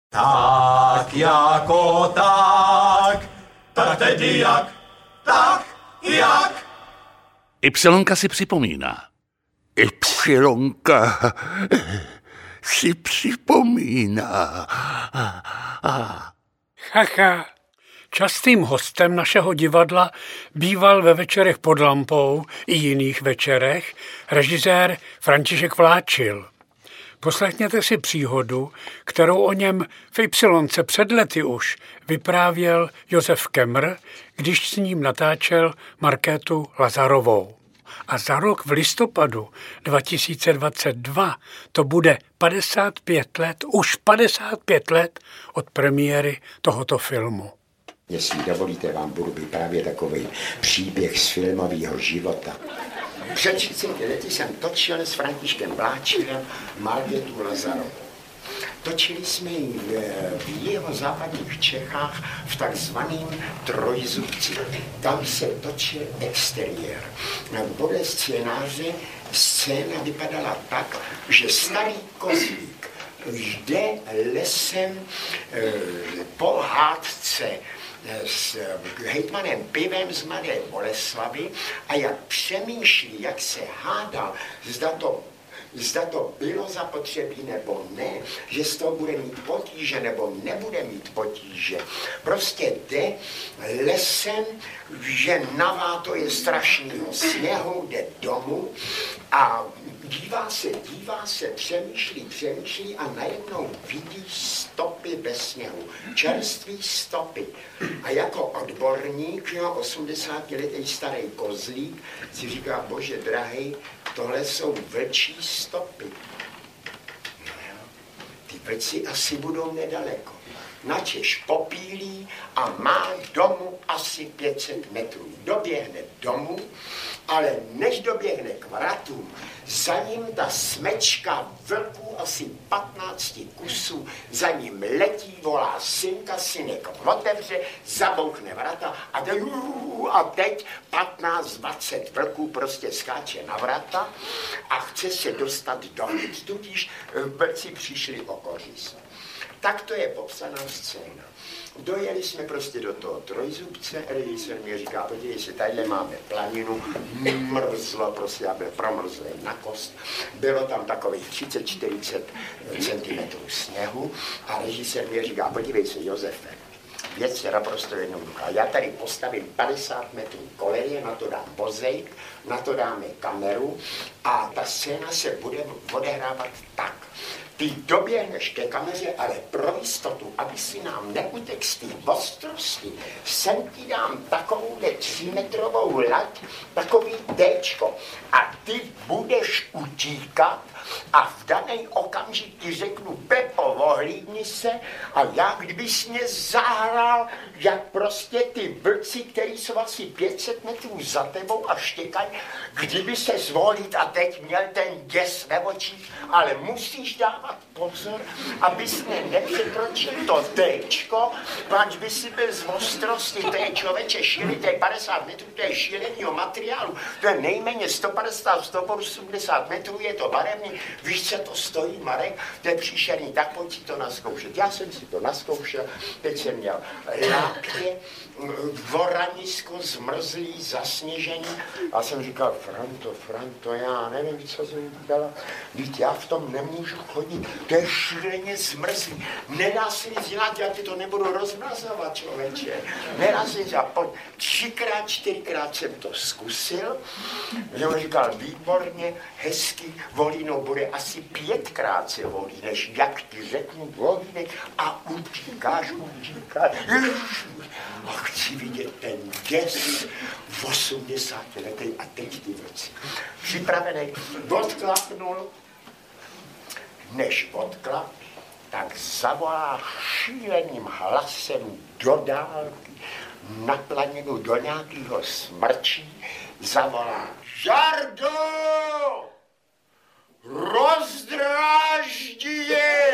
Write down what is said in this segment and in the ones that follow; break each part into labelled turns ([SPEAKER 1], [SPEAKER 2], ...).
[SPEAKER 1] Tak jako tak tedy jak, tak jak.
[SPEAKER 2] Ypsilonka si připomíná. Ypsilonka si připomíná.
[SPEAKER 3] Chacha. Častým hostem našeho divadla býval ve večerech pod lampou i jiných večerech režisér František Vláčil. Poslechněte si příhodu, kterou o něm v Ypsilonce před lety už vyprávěl Josef Kemr, když s ním natáčel Markétu Lazarovou. A za rok v listopadu 2022 to bude 55 let, už 55 let od premiéry tohoto filmu.
[SPEAKER 4] Jestli dovolíte, vám budu vyprávět takový příběh z filmového života. Před 30 lety jsem točil s Františkem Vláčilem Markétu Lazarovou. Točili jsme ji v jihozápadních Čechách v takzvaném Trojzubci. Tam se točil exteriér. Podle scénáře scéna vypadala tak, že starý kozlík jde lesem po hádce s hejtmanem Pivem z Mladé Boleslavy a jak přemýšlí, jak se hádal, zda to bylo zapotřebí nebo ne, že z toho bude mít potíže nebo nebude mít potíže. Prostě jde lesem, že naváto je strašnýho sněhu, jde domů a dívá se, přemýšlí a najednou vidí stopy ve sněhu, čerství stopy. A jako odborník, 80letý starý kozlík, si říká, bože drahej, tohle jsou vlčí stopy. No jo, ty vlci asi budou nedaleko. Načež popílí a má domů asi 500 metrů. Doběhne domů, ale než doběhne k vratům, za ním ta smečka vlků asi 15 kusů, za ním letí, volá synka, synek otevře, zabouchne vrata a teď 15-20 vlků prostě skáče na vrata a chce se dostat dovnitř, tudíž vlci přišli o kořist. Tak to je popsaná scéna. Dojeli jsme prostě do toho Trojzubce, režisér mi říká, podívej se, tadyhle máme planinu, mrzlo, prostě já byl promrzlý na kost, bylo tam takových 30-40 cm sněhu a režisér mi říká, podívej se, Josefe, věc je naprosto jednoduchá. Já tady postavím 50 metrů koleje, na to dám vozejk, na to dáme kameru a ta scéna se bude odehrávat tak. Ty doběhneš ke kameře, ale pro jistotu, aby si nám neutek z té ostrosti, sem ti dám takovouhle 3metrovou lať, takový téčko a ty budeš utíkat a v daný okamžik ti řeknu, Pepo, ohlídni se a já, kdybys mě zahrál, jak prostě ty vlci, který jsou asi 500 metrů za tebou a štěkají, kdyby se zvolit a teď měl ten děs ve očích, ale musíš dávat pozor, abys mě nepřekročil to téčko, pač by si byl z ostrosti, to je člověče šílený, to je 50 metrů, to je šílenýho materiálu, to je nejméně 150-180 metrů, je to barevný, víš, co to stojí, Marek, to je příšerný, tak pojď si to naskoušet. Já jsem si to naskoušel, teď jsem měl lápě, voranisko, zmrzlý, zasněžený a jsem říkal, Franto, já nevím, co jsem dala, víc, já v tom nemůžu chodit, to je šíleně zmrzlý, nedá se nic dělat, já ti to nebudu rozmrazovat, člověče, nedá se nic, a pojď, 3x, 4x jsem to zkusil, že on říkal, výborně, hezky, volínou bude asi 5x se volí, než jak ti řeknu, volínek a utíkáš, a chci vidět ten děs v 80 letech a teď ty vlci. Připravený, odklapnul, než odklap, tak zavolá šíleným hlasem do dálky, na planinu do nějakého smrčí, zavolá Žardo! Rozdráždí je!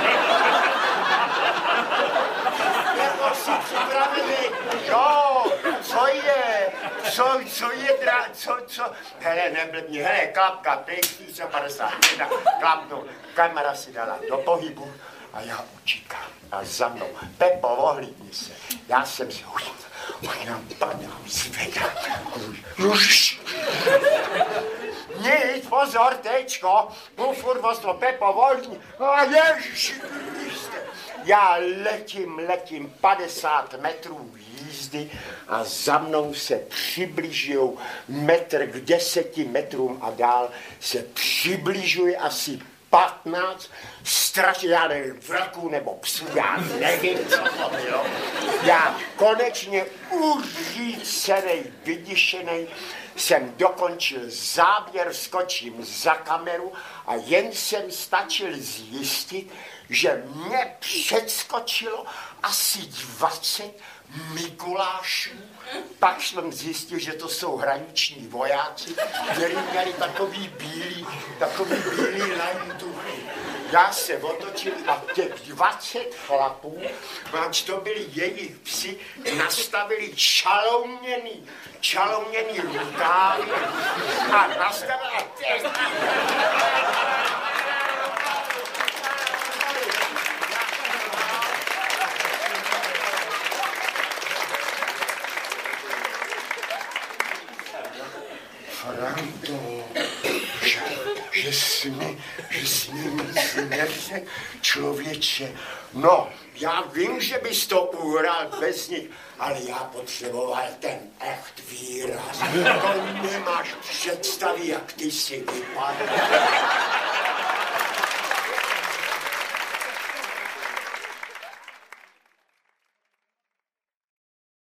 [SPEAKER 4] Jako si připravený, jo, co je, hele, neblbni, hele, klapka, 550 klapnul, kamera si dala do pohybu A já utíkám. A za mnou. Pepo, ohlídni se. Já jsem si nám padám, zvedám. Nic, pozor, tečko. Mu furt vostro, Pepo, ohlídni. A ježiši, já letím 50 metrů jízdy a za mnou se přibližujou metr k 10 metrům a dál se přibližuje asi 15 já nevím, vraků nebo psů, já nevím, co to bylo. Já konečně uřícenej, vyděšenej jsem dokončil záběr, skočím za kameru a jen jsem stačil zjistit, že mě předskočilo asi 20 Mikulášů. Pak jsem zjistil, že to jsou hraniční vojáci, kteří měli takový bílý lantuchy. Já se otočil a těch 20 chlapů, ač to byli jejich psi, nastavili čalouněný rukávy a nastavili Franto, že jsi mi nic neřekl, člověče. No, já vím, že bys to uhrál bez nich, ale já potřeboval ten echt výraz. To nemáš představy, jak ty si vypadl.